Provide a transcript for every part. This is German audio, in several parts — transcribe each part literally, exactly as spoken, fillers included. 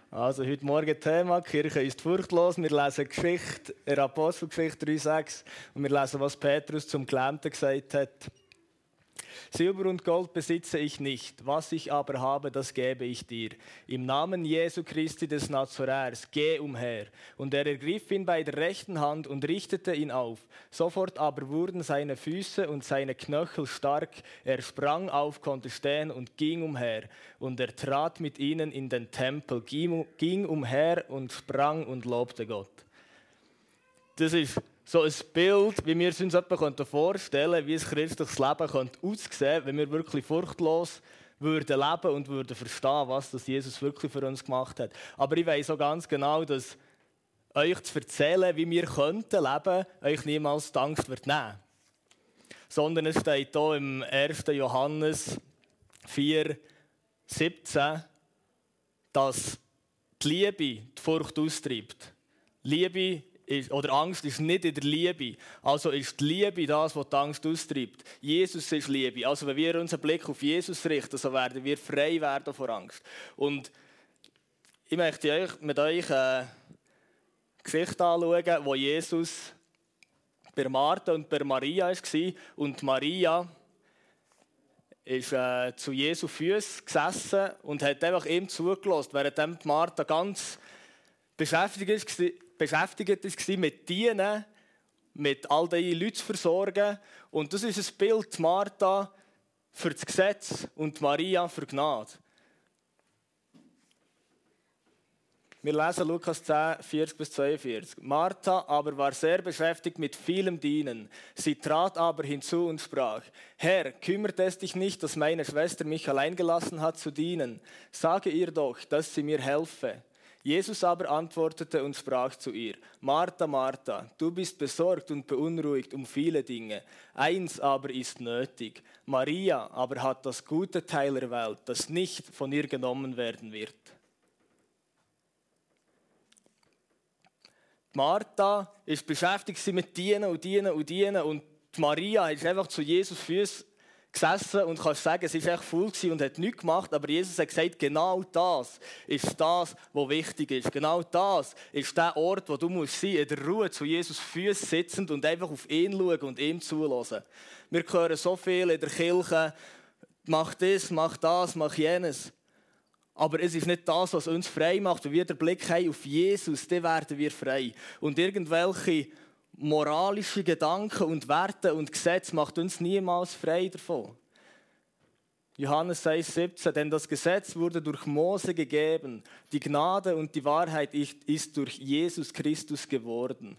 Also heute Morgen Thema, die Kirche ist furchtlos. Wir lesen Geschichte, der Apostelgeschichte drei sechs und wir lesen, was Petrus zum Gelähmten gesagt hat. Silber und Gold besitze ich nicht, was ich aber habe, das gebe ich dir. Im Namen Jesu Christi des Nazaräers, geh umher. Und er ergriff ihn bei der rechten Hand und richtete ihn auf. Sofort aber wurden seine Füße und seine Knöchel stark. Er sprang auf, konnte stehen und ging umher. Und er trat mit ihnen in den Tempel, ging umher und sprang und lobte Gott. Das ist so ein Bild, wie wir es uns etwa vorstellen könnten, wie ein christliches Leben könnte aussehen, wenn wir wirklich furchtlos würden leben und würden verstehen, was das Jesus wirklich für uns gemacht hat. Aber ich weiss auch ganz genau, dass euch zu erzählen, wie wir könnten leben, euch niemals die Angst wird nehmen. Sondern es steht hier im ersten Johannes vier siebzehn, dass die Liebe die Furcht austreibt. Liebe Ist, oder Angst ist nicht in der Liebe. Also ist die Liebe das, was die Angst austreibt. Jesus ist Liebe. Also wenn wir unseren Blick auf Jesus richten, so werden wir frei werden vor Angst. Und ich möchte euch, mit euch eine Geschichte anschauen, wo Jesus bei Martha und bei Maria war. Und Maria ist äh, zu Jesu Füßen gesessen und hat einfach ihm zugelassen, während Martha ganz beschäftigt war. beschäftigt war mit Dienen, mit all diesen Leuten zu versorgen. Und das ist ein Bild, Martha für das Gesetz und Maria für Gnade. Wir lesen Lukas zehn, vierzig bis zweiundvierzig. Martha aber war sehr beschäftigt mit vielem Dienen. Sie trat aber hinzu und sprach: Herr, kümmert es dich nicht, dass meine Schwester mich allein gelassen hat zu dienen? Sage ihr doch, dass sie mir helfe. Jesus aber antwortete und sprach zu ihr: Martha, Martha, du bist besorgt und beunruhigt um viele Dinge. Eins aber ist nötig. Maria aber hat das gute Teil erwählt, das nicht von ihr genommen werden wird. Martha ist beschäftigt mit Dienen und Dienen und Dienen und Maria ist einfach zu Jesus Füßen gesessen und kannst sagen, sie war echt faul und hat nichts gemacht, aber Jesus hat gesagt, genau das ist das, was wichtig ist. Genau das ist der Ort, wo du musst sein, in der Ruhe zu Jesus Füßen sitzend und einfach auf ihn schauen und ihm zuhören. Wir hören so viel in der Kirche, mach das, mach das, mach jenes. Aber es ist nicht das, was uns frei macht. Wenn wir den Blick haben auf Jesus, dann werden wir frei. Und irgendwelche moralische Gedanken und Werte und Gesetze macht uns niemals frei davon. Johannes sechs siebzehn, denn das Gesetz wurde durch Mose gegeben. Die Gnade und die Wahrheit ist durch Jesus Christus geworden.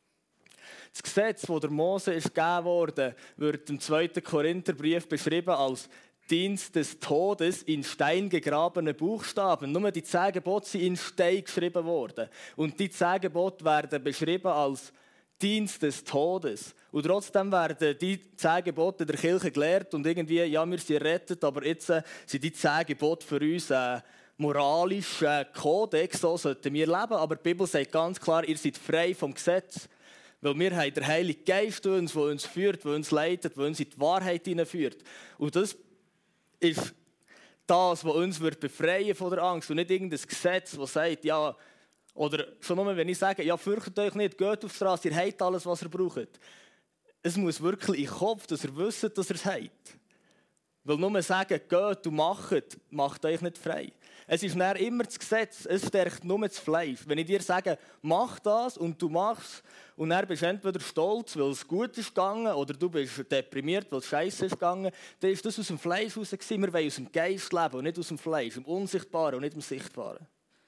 Das Gesetz, das durch Mose ist gegeben wurde, wird im zweiten Korintherbrief beschrieben als Dienst des Todes in Stein gegrabene Buchstaben. Nur die zehn Gebote sind in Stein geschrieben worden. Und die zehn Gebote werden beschrieben als Dienst des Todes. Und trotzdem werden die zehn Gebote der Kirche gelehrt und irgendwie, ja, wir sind errettet, aber jetzt äh, sind die zehn Gebote für uns ein äh, moralischer Kodex, so sollten wir leben. Aber die Bibel sagt ganz klar, ihr seid frei vom Gesetz. Weil wir haben den Heiligen Geist, der uns, der uns führt, der uns leitet, der uns in die Wahrheit hineinführt. Und das ist das, was uns wird befreien von der Angst und nicht irgendein Gesetz, das sagt, ja, oder schon nur, wenn ich sage, ja, fürchtet euch nicht, geht auf die Straße, ihr habt alles, was ihr braucht. Es muss wirklich in den Kopf, dass ihr wisst, dass ihr es habt. Weil nur sagen, geht und macht, macht euch nicht frei. Es ist dann immer das Gesetz, es stärkt nur das Fleisch. Wenn ich dir sage, mach das und du machst, und dann bist du entweder stolz, weil es gut ist gegangen, oder du bist deprimiert, weil es scheiße ist gegangen, dann ist das aus dem Fleisch raus gewesen. Wir wollen aus dem Geist leben und nicht aus dem Fleisch, im Unsichtbaren und nicht im Sichtbaren.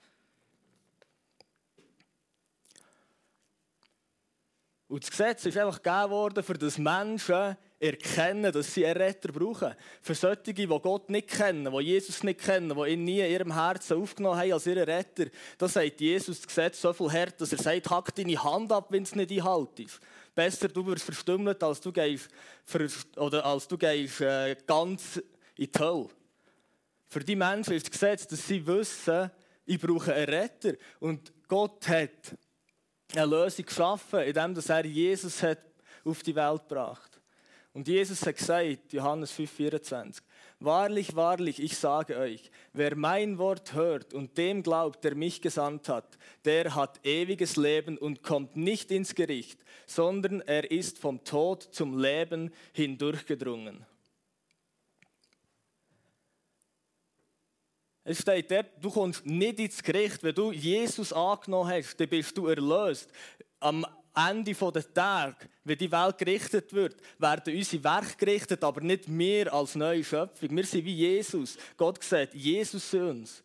Und das Gesetz ist einfach gegeben worden, für das Menschen erkennen, dass sie einen Retter brauchen. Für solche, die Gott nicht kennen, die Jesus nicht kennen, die ihn nie in ihrem Herzen aufgenommen haben als ihren Retter, da sagt Jesus das Gesetz so viel hart, dass er sagt, hack deine Hand ab, wenn es nicht einhaltest. Besser, du wirst verstümmelt, als du gehst, oder als du gehst äh, ganz in die Hölle. Für die Menschen ist das Gesetz, dass sie wissen, ich brauche einen Retter. Und Gott hat eine Lösung geschaffen, indem er Jesus hat auf die Welt gebracht hat. Und Jesus hat gesagt, Johannes fünf vierundzwanzig, Wahrlich, wahrlich, ich sage euch, wer mein Wort hört und dem glaubt, der mich gesandt hat, der hat ewiges Leben und kommt nicht ins Gericht, sondern er ist vom Tod zum Leben hindurchgedrungen. Es steht dort, du kommst nicht ins Gericht. Wenn du Jesus angenommen hast, dann bist du erlöst. Am Ende der Tage, wenn die Welt gerichtet wird, werden unsere Werke gerichtet, aber nicht wir als neue Schöpfung. Wir sind wie Jesus. Gott sagt, Jesus zu uns.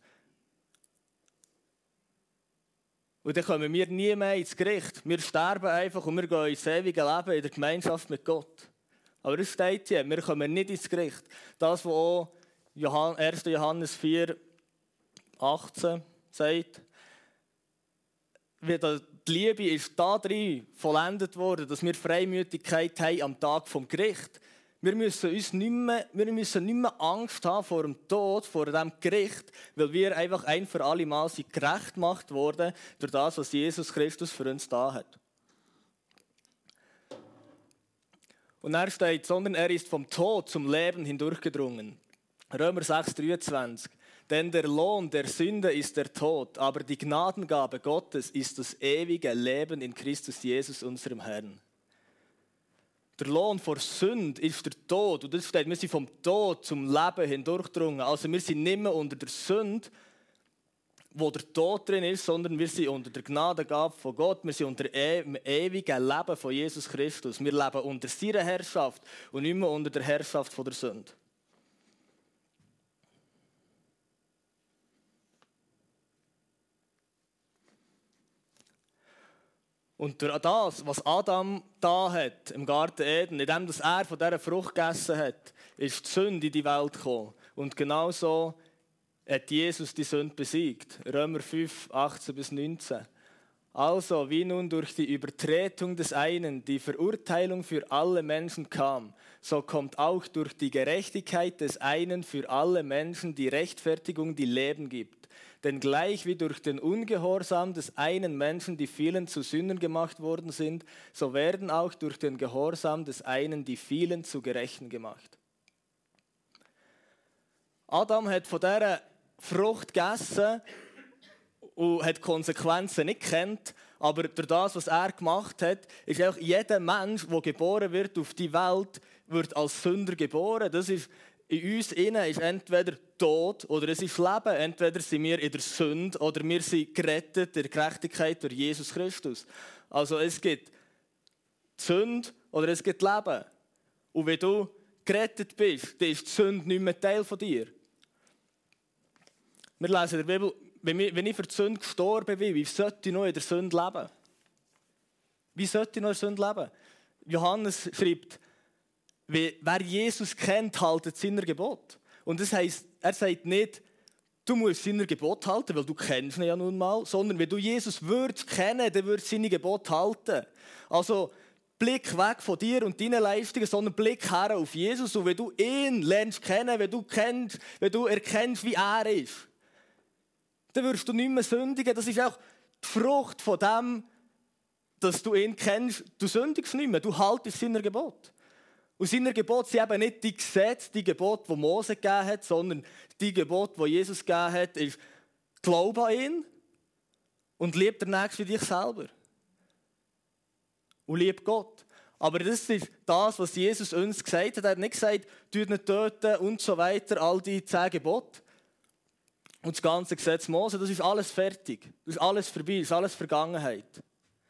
Und dann kommen wir nie mehr ins Gericht. Wir sterben einfach und wir gehen ins ewige Leben in der Gemeinschaft mit Gott. Aber es steht hier, wir kommen nicht ins Gericht. Das, was auch erster Johannes vier, achtzehn sagt, die Liebe ist da drin vollendet worden, dass wir Freimütigkeit haben am Tag vom Gericht. Wir müssen, uns nicht mehr, wir müssen nicht mehr Angst haben vor dem Tod, vor dem Gericht, weil wir einfach ein für alle Mal sind gerecht gemacht wurden durch das, was Jesus Christus für uns da hat. Und er steht, sondern er ist vom Tod zum Leben hindurchgedrungen. Römer sechs, dreiundzwanzig. Denn der Lohn der Sünde ist der Tod, aber die Gnadengabe Gottes ist das ewige Leben in Christus Jesus, unserem Herrn. Der Lohn vor Sünde ist der Tod. Und das steht, wir sind vom Tod zum Leben hindurchgedrungen. Also wir sind nicht mehr unter der Sünde, wo der Tod drin ist, sondern wir sind unter der Gnadengabe von Gott. Wir sind unter dem ewigen Leben von Jesus Christus. Wir leben unter seiner Herrschaft und nicht mehr unter der Herrschaft von der Sünde. Und durch das, was Adam da hat im Garten Eden, indem er von dieser Frucht gegessen hat, ist die Sünde in die Welt gekommen. Und genauso hat Jesus die Sünde besiegt. Römer fünf, achtzehn bis neunzehn. Also, wie nun durch die Übertretung des einen die Verurteilung für alle Menschen kam, so kommt auch durch die Gerechtigkeit des einen für alle Menschen die Rechtfertigung, die Leben gibt. Denn gleich wie durch den Ungehorsam des einen Menschen die vielen zu Sündern gemacht worden sind, so werden auch durch den Gehorsam des einen die vielen zu Gerechten gemacht. Adam hat von dieser Frucht gegessen und hat die Konsequenzen nicht gekannt, aber durch das, was er gemacht hat, ist auch jeder Mensch, der geboren wird auf die Welt, wird als Sünder geboren. Das ist in uns innen ist entweder Tod oder es ist Leben. Entweder sind wir in der Sünde oder wir sind gerettet in der Gerechtigkeit durch Jesus Christus. Also es gibt die Sünde oder es gibt Leben. Und wenn du gerettet bist, dann ist die Sünde nicht mehr Teil von dir. Wir lesen in der Bibel, wenn ich für die Sünde gestorben bin, wie sollte ich noch in der Sünde leben? Wie sollte ich noch in der Sünde leben? Johannes schreibt, wer Jesus kennt, haltet seiner Gebot. Und das heisst, er sagt nicht, du musst seiner Gebot halten, weil du kennst ihn ja nun mal, sondern wenn du Jesus würdest kennen, dann würdest du seine Gebot halten. Also Blick weg von dir und deinen Leistungen, sondern Blick her auf Jesus. Und wenn du ihn lernst kennen, wenn du kennst, wenn du erkennst, wie er ist, dann wirst du nicht mehr sündigen. Das ist auch die Frucht von dem, dass du ihn kennst. Du sündigst nicht mehr, du haltest seiner Gebot. Und seine Gebote sind eben nicht die Gesetze, die Gebote, die Mose gegeben hat, sondern die Gebote, die Jesus gegeben hat, ist Glaube an ihn und lieb den Nächsten wie dich selber. Und lieb Gott. Aber das ist das, was Jesus uns gesagt hat. Er hat nicht gesagt, tut nicht töten und so weiter, all die zehn Gebote. Und das ganze Gesetz Mose, das ist alles fertig. Das ist alles vorbei, das ist alles Vergangenheit.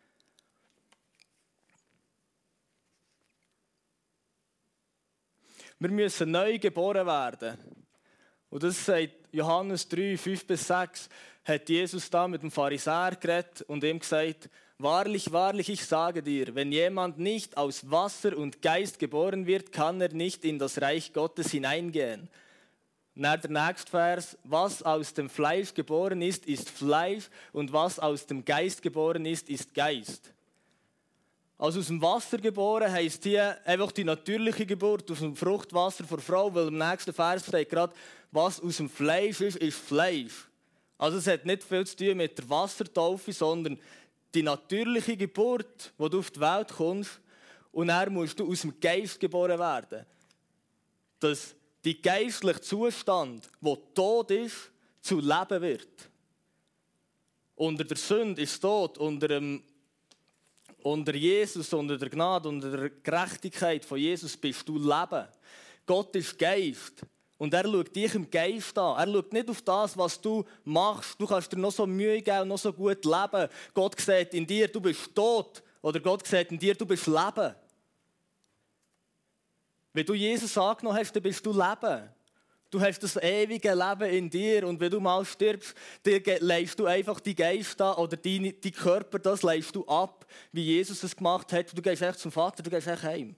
Wir müssen neu geboren werden. Und das sagt Johannes drei, fünf bis sechs, hat Jesus da mit dem Pharisäer geredet und ihm gesagt, wahrlich, wahrlich, ich sage dir, wenn jemand nicht aus Wasser und Geist geboren wird, kann er nicht in das Reich Gottes hineingehen. Und dann der nächste Vers, was aus dem Fleisch geboren ist, ist Fleisch und was aus dem Geist geboren ist, ist Geist. Also aus dem Wasser geboren heisst hier einfach die natürliche Geburt, aus dem Fruchtwasser von Frau, weil im nächsten Vers steht gerade, was aus dem Fleisch ist, ist Fleisch. Also es hat nicht viel zu tun mit der Wassertaufe, sondern die natürliche Geburt, wo du auf die Welt kommst, und dann musst du aus dem Geist geboren werden. Dass die geistliche Zustand, wo Tod ist, zu Leben wird. Unter der Sünde ist Tod, unter, dem, unter Jesus, unter der Gnade, unter der Gerechtigkeit von Jesus bist du Leben. Gott ist Geist und er schaut dich im Geist an. Er schaut nicht auf das, was du machst. Du kannst dir noch so Mühe geben und noch so gut leben. Gott sieht in dir, du bist tot. Oder Gott sieht in dir, du bist Leben. Wenn du Jesus angenommen hast, dann bist du Leben. Du hast das ewige Leben in dir und wenn du mal stirbst, dann leist du einfach die Geist an oder deinen die Körper, das leist du ab, wie Jesus es gemacht hat. Du gehst echt zum Vater, du gehst echt heim.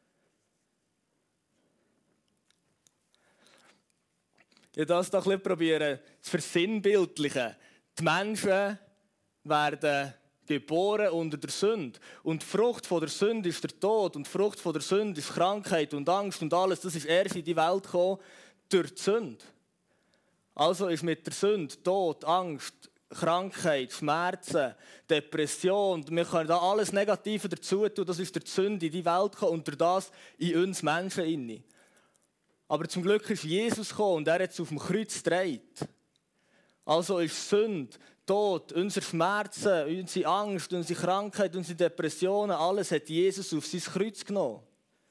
Ich das doch ein bisschen probieren zu versinnbildlichen. Die Menschen werden geboren unter der Sünde. Und die Frucht von der Sünde ist der Tod. Und die Frucht von der Sünde ist Krankheit und Angst und alles. Das ist erst in die Welt gekommen durch die Sünde. Also ist mit der Sünde Tod, Angst, Krankheit, Schmerzen, Depression. Wir können da alles Negative dazu tun. Das ist durch die Sünde in die Welt gekommen und durch das in uns Menschen inne. Aber zum Glück ist Jesus gekommen und er hat es auf dem Kreuz getragen. Also ist Sünde, Tod, unsere Schmerzen, unsere Angst, unsere Krankheit, unsere Depressionen, alles hat Jesus auf sein Kreuz genommen.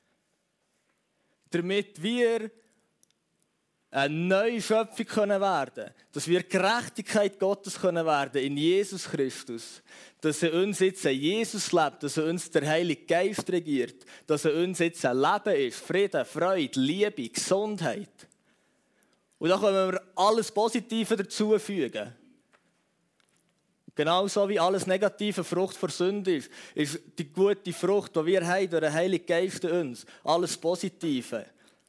Damit wir eine neue Schöpfung können werden, dass wir Gerechtigkeit Gottes können werden in Jesus Christus, dass er uns jetzt ein Jesus lebt, dass er uns der Heilige Geist regiert, dass er uns jetzt ein Leben ist, Frieden, Freude, Liebe, Gesundheit. Und da können wir alles Positive dazufügen. Genauso wie alles negative Frucht vor Sünde ist, ist die gute Frucht, die wir haben durch den Heiligen Geist in uns, alles Positive.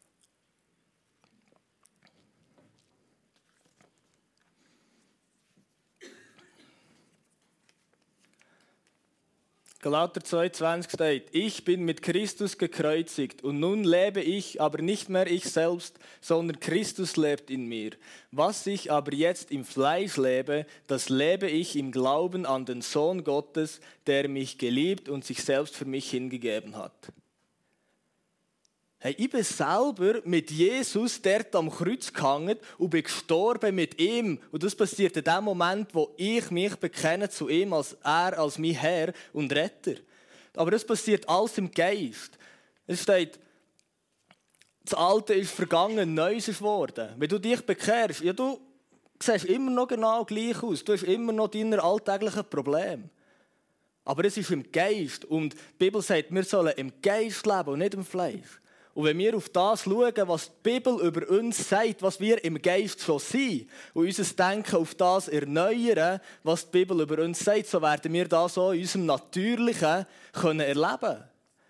Galater zwei zwanzig steht, ich bin mit Christus gekreuzigt und nun lebe ich, aber nicht mehr ich selbst, sondern Christus lebt in mir. Was ich aber jetzt im Fleisch lebe, das lebe ich im Glauben an den Sohn Gottes, der mich geliebt und sich selbst für mich hingegeben hat. Hey, ich bin selber mit Jesus dort am Kreuz gehangen und bin gestorben mit ihm. Und das passiert in dem Moment, wo ich mich bekenne zu ihm, als er, als mein Herr und Retter. Aber das passiert alles im Geist. Es steht, das Alte ist vergangen, Neues ist geworden. Wenn du dich bekehrst, ja, du siehst immer noch genau gleich aus. Du hast immer noch deine alltäglichen Probleme. Aber es ist im Geist. Und die Bibel sagt, wir sollen im Geist leben und nicht im Fleisch. Und wenn wir auf das schauen, was die Bibel über uns sagt, was wir im Geist schon sind, und unser Denken auf das erneuern, was die Bibel über uns sagt, so werden wir das auch in unserem Natürlichen können erleben.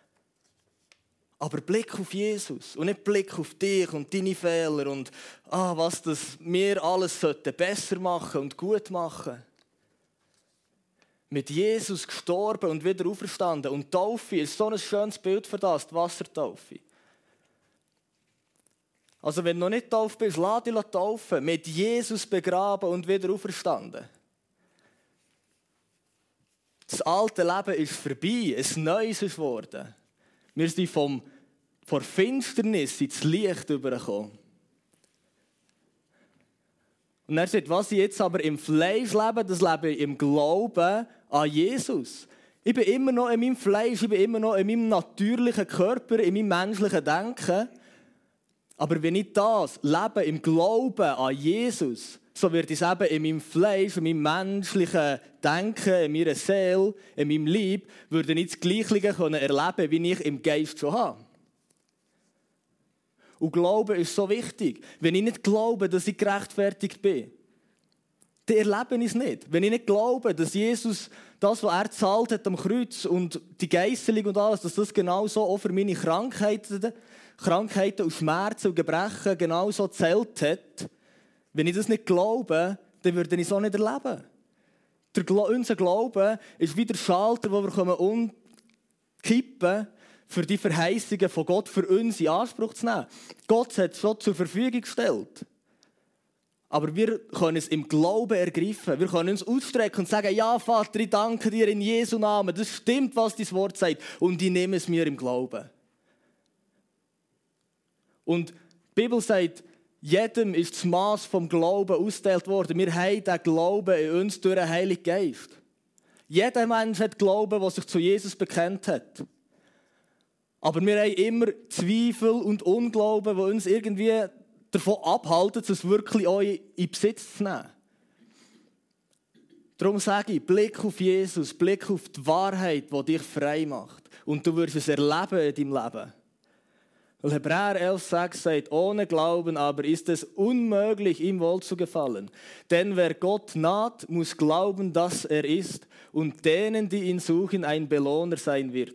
Aber Blick auf Jesus und nicht Blick auf dich und deine Fehler und ah, was das wir alles sollten besser machen und gut machen. Mit Jesus gestorben und wieder auferstanden. Und Taufe ist so ein schönes Bild für das, die Wassertaufe. Also wenn du noch nicht getauft bist, lass dich taufen, mit Jesus begraben und wieder auferstanden. Das alte Leben ist vorbei, ein neues ist geworden. Wir sind vom, von Finsternis ins Licht übergekommen. Und er sagt, was ich jetzt aber im Fleisch lebe, das lebe ich im Glauben an Jesus. Ich bin immer noch in meinem Fleisch, ich bin immer noch in meinem natürlichen Körper, in meinem menschlichen Denken. Aber wenn ich das lebe im Glauben an Jesus, so wird es eben in meinem Fleisch, in meinem menschlichen Denken, in meiner Seele, in meinem Leib, würde ich das Gleiche erleben können, wie ich im Geist schon habe. Und Glauben ist so wichtig. Wenn ich nicht glaube, dass ich gerechtfertigt bin, dann erlebe ich es nicht. Wenn ich nicht glaube, dass Jesus das, was er gezahlt hat am Kreuz und die Geisselung und alles, dass das genauso auch für meine Krankheiten, Krankheiten und Schmerzen und Gebrechen genauso gezählt hat, wenn ich das nicht glaube, dann würde ich es auch nicht erleben. Der Gla- unser Glaube ist wie der Schalter, den wir umkippen können, für die Verheißungen von Gott für uns in Anspruch zu nehmen. Gott hat es schon zur Verfügung gestellt. Aber wir können es im Glauben ergreifen. Wir können uns ausstrecken und sagen, ja Vater, ich danke dir in Jesu Namen. Das stimmt, was dein Wort sagt. Und ich nehme es mir im Glauben. Und die Die Bibel sagt, jedem ist das Maß vom Glauben ausgeteilt worden. Wir haben diesen Glauben in uns durch den Heiligen Geist. Jeder Mensch hat Glauben, der sich zu Jesus bekennt hat. Aber wir haben immer Zweifel und Unglauben, die uns irgendwie davon abhalten, es wirklich auch in Besitz zu nehmen. Darum sage ich, Blick auf Jesus, Blick auf die Wahrheit, die dich frei macht. Und du wirst es erleben in deinem Leben. Weil Hebräer elf sechs sagt, ohne Glauben aber ist es unmöglich, ihm wohlzugefallen. Denn wer Gott naht, muss glauben, dass er ist und denen, die ihn suchen, ein Belohner sein wird.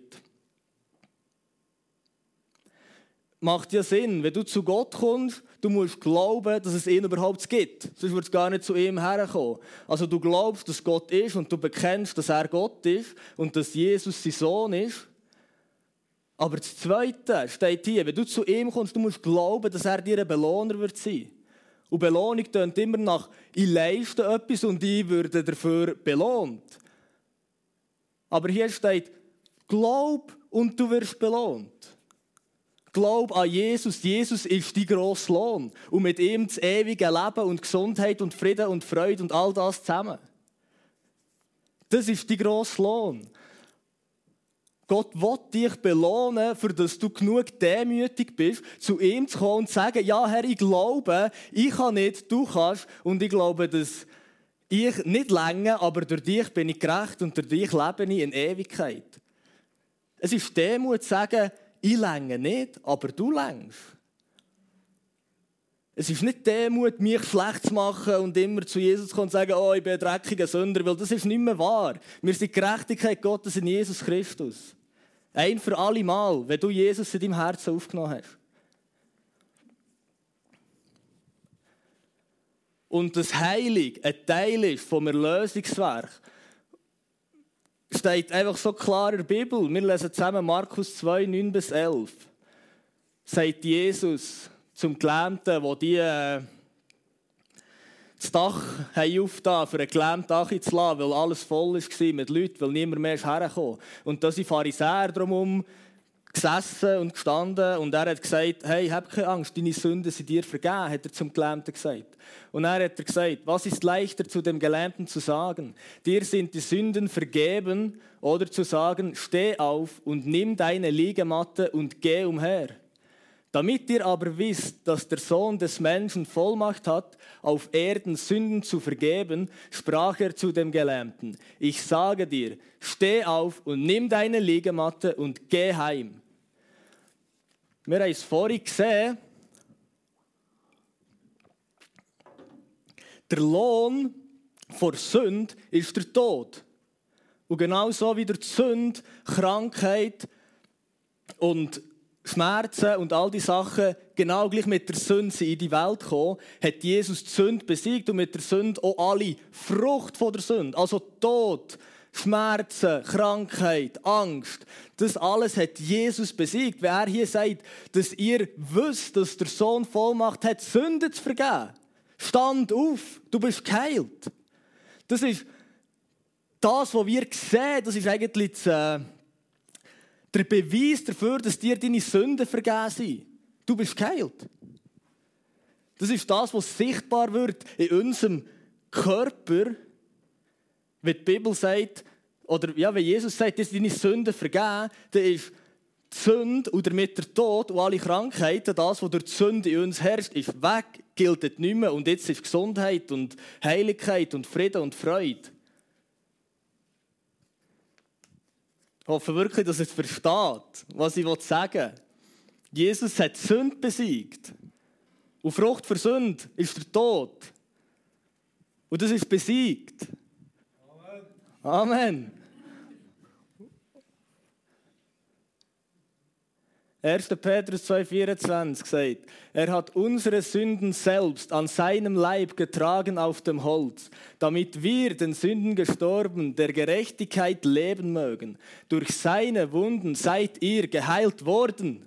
Macht ja Sinn, wenn du zu Gott kommst, du musst glauben, dass es ihn überhaupt gibt. Sonst wird es gar nicht zu ihm herkommen. Also du glaubst, dass Gott ist und du bekennst, dass er Gott ist und dass Jesus sein Sohn ist. Aber das Zweite steht hier, wenn du zu ihm kommst, du musst glauben, dass er dir ein Belohner wird sein. Und Belohnung tönt immer nach, ich leiste etwas und ich würde dafür belohnt. Aber hier steht, glaub und du wirst belohnt. Glaub an Jesus. Jesus ist dein grosser Lohn. Und mit ihm das ewige Leben und Gesundheit und Frieden und Freude und all das zusammen. Das ist dein grosser Lohn. Gott will dich belohnen, für dass du genug demütig bist, zu ihm zu kommen und zu sagen, ja Herr, ich glaube, ich kann nicht, du kannst. Und ich glaube, dass ich nicht länger, aber durch dich bin ich gerecht und durch dich lebe ich in Ewigkeit. Es ist Demut zu sagen, ich länge nicht, aber du längst. Es ist nicht Demut, mich schlecht zu machen und immer zu Jesus zu kommen und zu sagen, oh, ich bin ein dreckiger Sünder, weil das ist nicht mehr wahr. Wir sind die Gerechtigkeit Gottes in Jesus Christus. Ein für alle Mal, wenn du Jesus in deinem Herzen aufgenommen hast. Und das Heilig ein Teil ist vom Erlösungswerk, steht einfach so klar in der Bibel. Wir lesen zusammen Markus zwei, neun bis elf. Sagt Jesus zum Gelähmten, der die äh, das Dach aufgetan, für ein gelähmtes Dach zu lassen, weil alles voll war mit Leuten, weil niemand mehr herkam. Und da sind Pharisäer drumherum gesessen und gestanden und er hat gesagt, hey, hab keine Angst, deine Sünden sind dir vergeben, hat er zum Gelähmten gesagt. Und er hat gesagt, was ist leichter zu dem Gelähmten zu sagen? Dir sind die Sünden vergeben oder zu sagen, steh auf und nimm deine Liegematte und geh umher. Damit ihr aber wisst, dass der Sohn des Menschen Vollmacht hat, auf Erden Sünden zu vergeben, sprach er zu dem Gelähmten, ich sage dir, steh auf und nimm deine Liegematte und geh heim. Wir haben es vorhin gesehen, der Lohn vor Sünde ist der Tod. Und genauso wie durch die Sünde, Krankheit und Schmerzen und all die Sachen genau gleich mit der Sünde in die Welt gekommen, hat Jesus die Sünde besiegt und mit der Sünde auch alle Frucht von der Sünde, also Tod, Schmerzen, Krankheit, Angst, das alles hat Jesus besiegt. Wenn er hier sagt, dass ihr wisst, dass der Sohn Vollmacht hat, Sünden zu vergeben. Stand auf, du bist geheilt. Das ist das, was wir sehen, das ist eigentlich das, äh, der Beweis dafür, dass dir deine Sünden vergeben sind. Du bist geheilt. Das ist das, was sichtbar wird in unserem Körper, wenn die Bibel sagt, oder ja, wenn Jesus sagt, dass deine Sünden vergeben, dann ist die Sünde und damit der Tod und alle Krankheiten, das, was durch die Sünde in uns herrscht, ist weg, gilt nicht mehr. Und jetzt ist Gesundheit und Heiligkeit und Frieden und Freude. Ich hoffe wirklich, dass ihr es versteht, was ich sagen will. Jesus hat die Sünde besiegt. Und Frucht für Sünde ist der Tod. Und das ist besiegt. Amen. Amen. erster Petrus zwei vierundzwanzig sagt, er hat unsere Sünden selbst an seinem Leib getragen auf dem Holz, damit wir den Sünden gestorben, der Gerechtigkeit leben mögen. Durch seine Wunden seid ihr geheilt worden.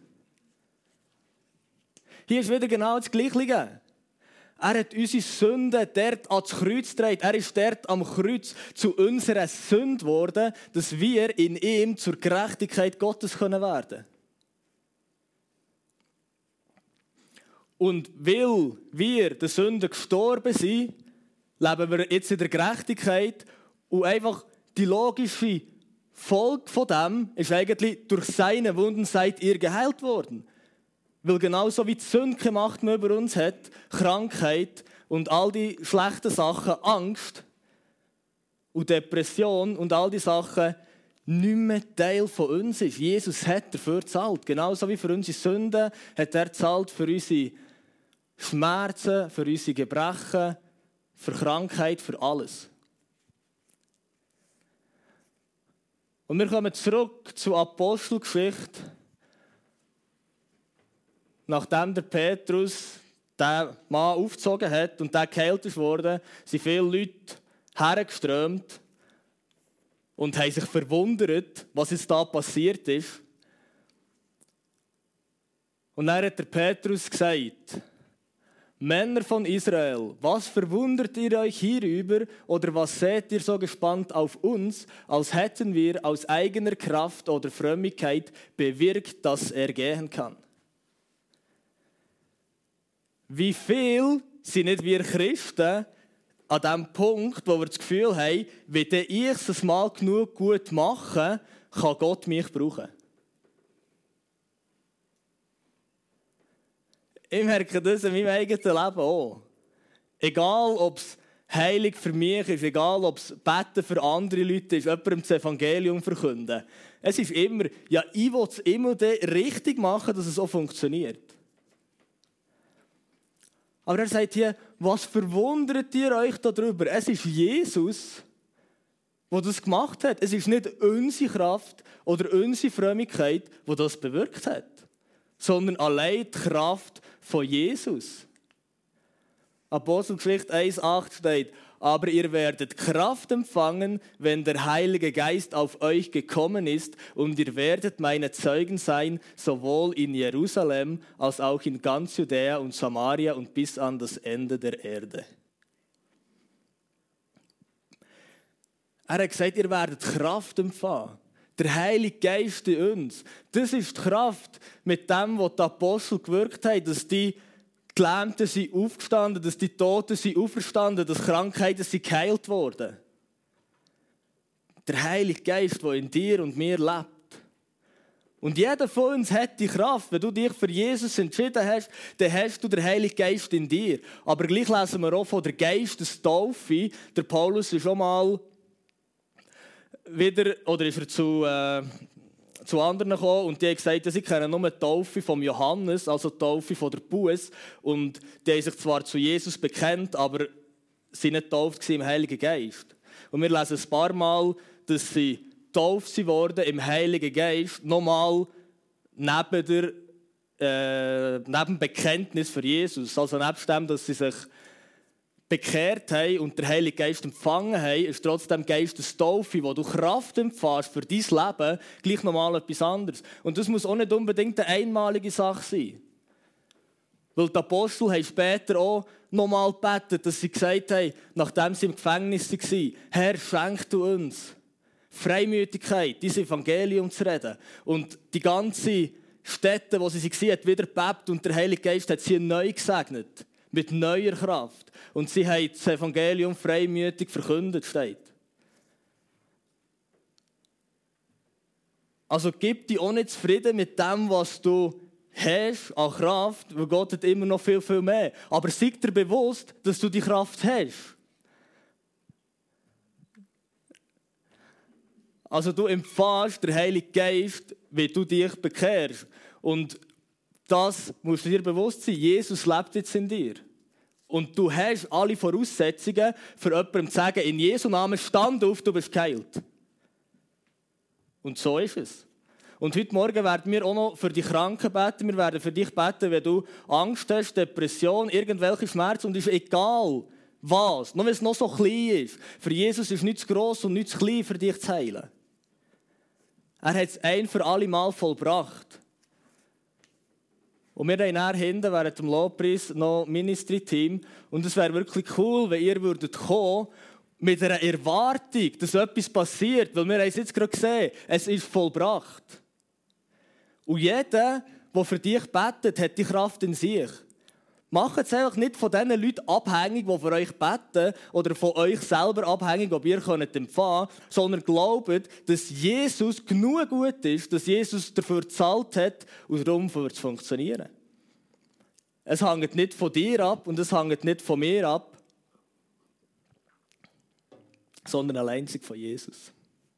Hier ist wieder genau das Gleiche. Er hat unsere Sünden dort ans Kreuz getragen. Er ist dort am Kreuz zu unserer Sünde geworden, dass wir in ihm zur Gerechtigkeit Gottes werden können. Und weil wir der Sünde gestorben sind, leben wir jetzt in der Gerechtigkeit. Und einfach die logische Folge von dem ist eigentlich, durch seine Wunden seid ihr geheilt worden. Weil genauso wie die Sünde keine Macht mehr über uns hat, Krankheit und all die schlechten Sachen, Angst und Depression und all die Sachen nicht mehr Teil von uns ist. Jesus hat dafür gezahlt. Genauso wie für unsere Sünden hat er gezahlt für unsere Schmerzen, für unsere Gebrechen, für Krankheit, für alles. Und wir kommen zurück zur Apostelgeschichte. Nachdem der Petrus den Mann aufgezogen hat und der geheilt wurde, sind viele Leute hergeströmt und haben sich verwundert, was jetzt da passiert ist. Und dann hat der Petrus gesagt: Männer von Israel, was verwundert ihr euch hierüber oder was seht ihr so gespannt auf uns, als hätten wir aus eigener Kraft oder Frömmigkeit bewirkt, dass er gehen kann? Wie viel sind nicht wir Christen an dem Punkt, wo wir das Gefühl haben, wenn ich es mal genug gut mache, kann Gott mich brauchen? Ich merke das in meinem eigenen Leben auch. Egal, ob es heilig für mich ist, egal, ob es Beten für andere Leute ist, jemandem das Evangelium verkünden. Es ist immer, ja, ich will es immer richtig machen, dass es auch funktioniert. Aber er sagt hier, was verwundert ihr euch darüber? Es ist Jesus, der das gemacht hat. Es ist nicht unsere Kraft oder unsere Frömmigkeit, die das bewirkt hat, sondern allein die Kraft von Jesus. Apostelgeschichte eins acht steht: Aber ihr werdet Kraft empfangen, wenn der Heilige Geist auf euch gekommen ist, und ihr werdet meine Zeugen sein, sowohl in Jerusalem als auch in ganz Judäa und Samaria und bis an das Ende der Erde. Er hat gesagt, ihr werdet Kraft empfangen. Der Heilige Geist in uns. Das ist die Kraft, mit dem, was die Apostel gewirkt haben, dass die Gelähmten sind aufgestanden, dass die Toten sind auferstanden, dass Krankheiten sind geheilt wurden. Der Heilige Geist, der in dir und mir lebt. Und jeder von uns hat die Kraft. Wenn du dich für Jesus entschieden hast, dann hast du den Heiligen Geist in dir. Aber gleich lesen wir auch von der Geistestaufe. Der Paulus ist schon mal wieder, oder ist er zu, äh, zu anderen gekommen und die haben gesagt, sie kennen nur die Taufe von Johannes, also die Taufe von der Buß. Und die haben sich zwar zu Jesus bekennt, aber sie nicht getauft im Heiligen Geist. Und wir lesen ein paar Mal, dass sie getauft wurden im Heiligen Geist, nochmal neben, der, äh, neben dem Bekenntnis für Jesus. Also nebst dem, dass sie sich bekehrt haben und der Heilige Geist empfangen haben, ist trotzdem Geistestaufe, wo du Kraft empfährst für dein Leben, gleich nochmal etwas anderes. Und das muss auch nicht unbedingt eine einmalige Sache sein. Weil die Apostel haben später auch nochmal gebetet, dass sie gesagt haben, nachdem sie im Gefängnis waren: Herr, schenk du uns Freimütigkeit, dieses Evangelium zu reden. Und die ganze Städte, wo sie waren, hat wieder gebebt und der Heilige Geist hat sie neu gesegnet. Mit neuer Kraft. Und sie haben das Evangelium freimütig verkündet, steht. Also gib dich auch nicht zufrieden mit dem, was du hast an Kraft, weil Gott hat immer noch viel, viel mehr. Aber sei dir bewusst, dass du die Kraft hast. Also du empfährst den Heiligen Geist, wenn du dich bekehrst. Und das musst du dir bewusst sein. Jesus lebt jetzt in dir. Und du hast alle Voraussetzungen, für jemandem zu sagen, in Jesu Namen stand auf, du bist geheilt. Und so ist es. Und heute Morgen werden wir auch noch für die Kranken beten. Wir werden für dich beten, wenn du Angst hast, Depression, irgendwelche Schmerzen. Und es ist egal, was. Nur wenn es noch so klein ist. Für Jesus ist nichts gross und nichts klein, für dich zu heilen. Er hat es ein für alle Mal vollbracht. Und wir haben dann hinten während dem Lobpreis noch ein Ministry-Team. Und es wäre wirklich cool, wenn ihr würdet kommen mit einer Erwartung, dass etwas passiert. Weil wir haben es jetzt gerade gesehen, es ist vollbracht. Und jeder, der für dich betet, hat die Kraft in sich. Macht es einfach nicht von diesen Leuten abhängig, die für euch beten, oder von euch selber abhängig, ob ihr könnt empfangen könnt, sondern glaubt, dass Jesus genug gut ist, dass Jesus dafür gezahlt hat und darum wird es funktionieren. Es hängt nicht von dir ab und es hängt nicht von mir ab, sondern allein von Jesus.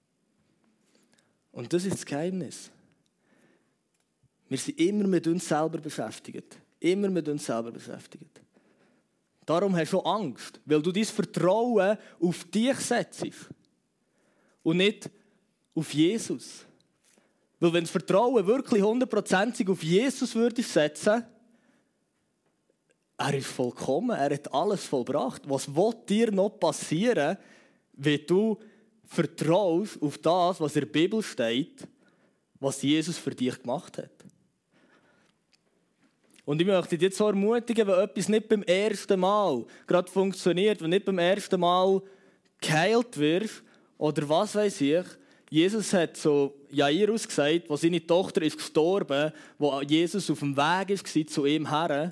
Und das ist das Geheimnis. Wir sind immer mit uns selber beschäftigt. Immer mit uns selber beschäftigt. Darum hast du Angst, weil du dein Vertrauen auf dich setzt und nicht auf Jesus. Weil wenn das Vertrauen wirklich hundertprozentig auf Jesus würdest setzen, er ist vollkommen, er hat alles vollbracht. Was will dir noch passieren, wenn du vertraust auf das, was in der Bibel steht, was Jesus für dich gemacht hat? Und ich möchte dich jetzt so ermutigen, wenn etwas nicht beim ersten Mal gerade funktioniert, wenn nicht beim ersten Mal geheilt wirst, oder was weiß ich. Jesus hat so Jairus gesagt, als seine Tochter ist gestorben, wo Jesus auf dem Weg war zu ihm her,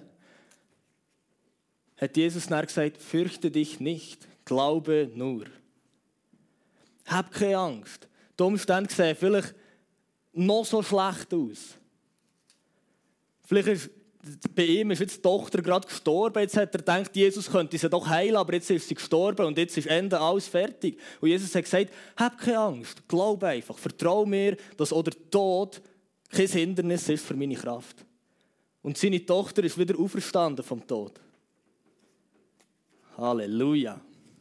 hat Jesus dann gesagt, fürchte dich nicht, glaube nur. Hab keine Angst. Die Umstände sehen vielleicht noch so schlecht aus. Vielleicht ist bei ihm ist jetzt die Tochter gerade gestorben. Jetzt hat er gedacht, Jesus könnte sie doch heilen, aber jetzt ist sie gestorben und jetzt ist Ende alles fertig. Und Jesus hat gesagt, hab keine Angst, glaub einfach, vertrau mir, dass auch der Tod kein Hindernis ist für meine Kraft. Und seine Tochter ist wieder auferstanden vom Tod. Halleluja.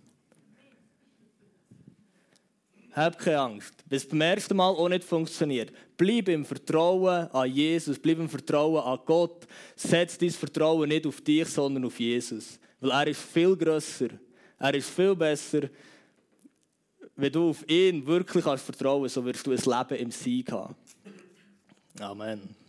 Hab keine Angst. Bis es beim ersten Mal auch nicht funktioniert. Bleib im Vertrauen an Jesus, bleib im Vertrauen an Gott. Setz dein Vertrauen nicht auf dich, sondern auf Jesus. Weil er ist viel grösser, er ist viel besser. Wenn du auf ihn wirklich vertrauen kannst, so wirst du ein Leben im Sieg haben. Amen.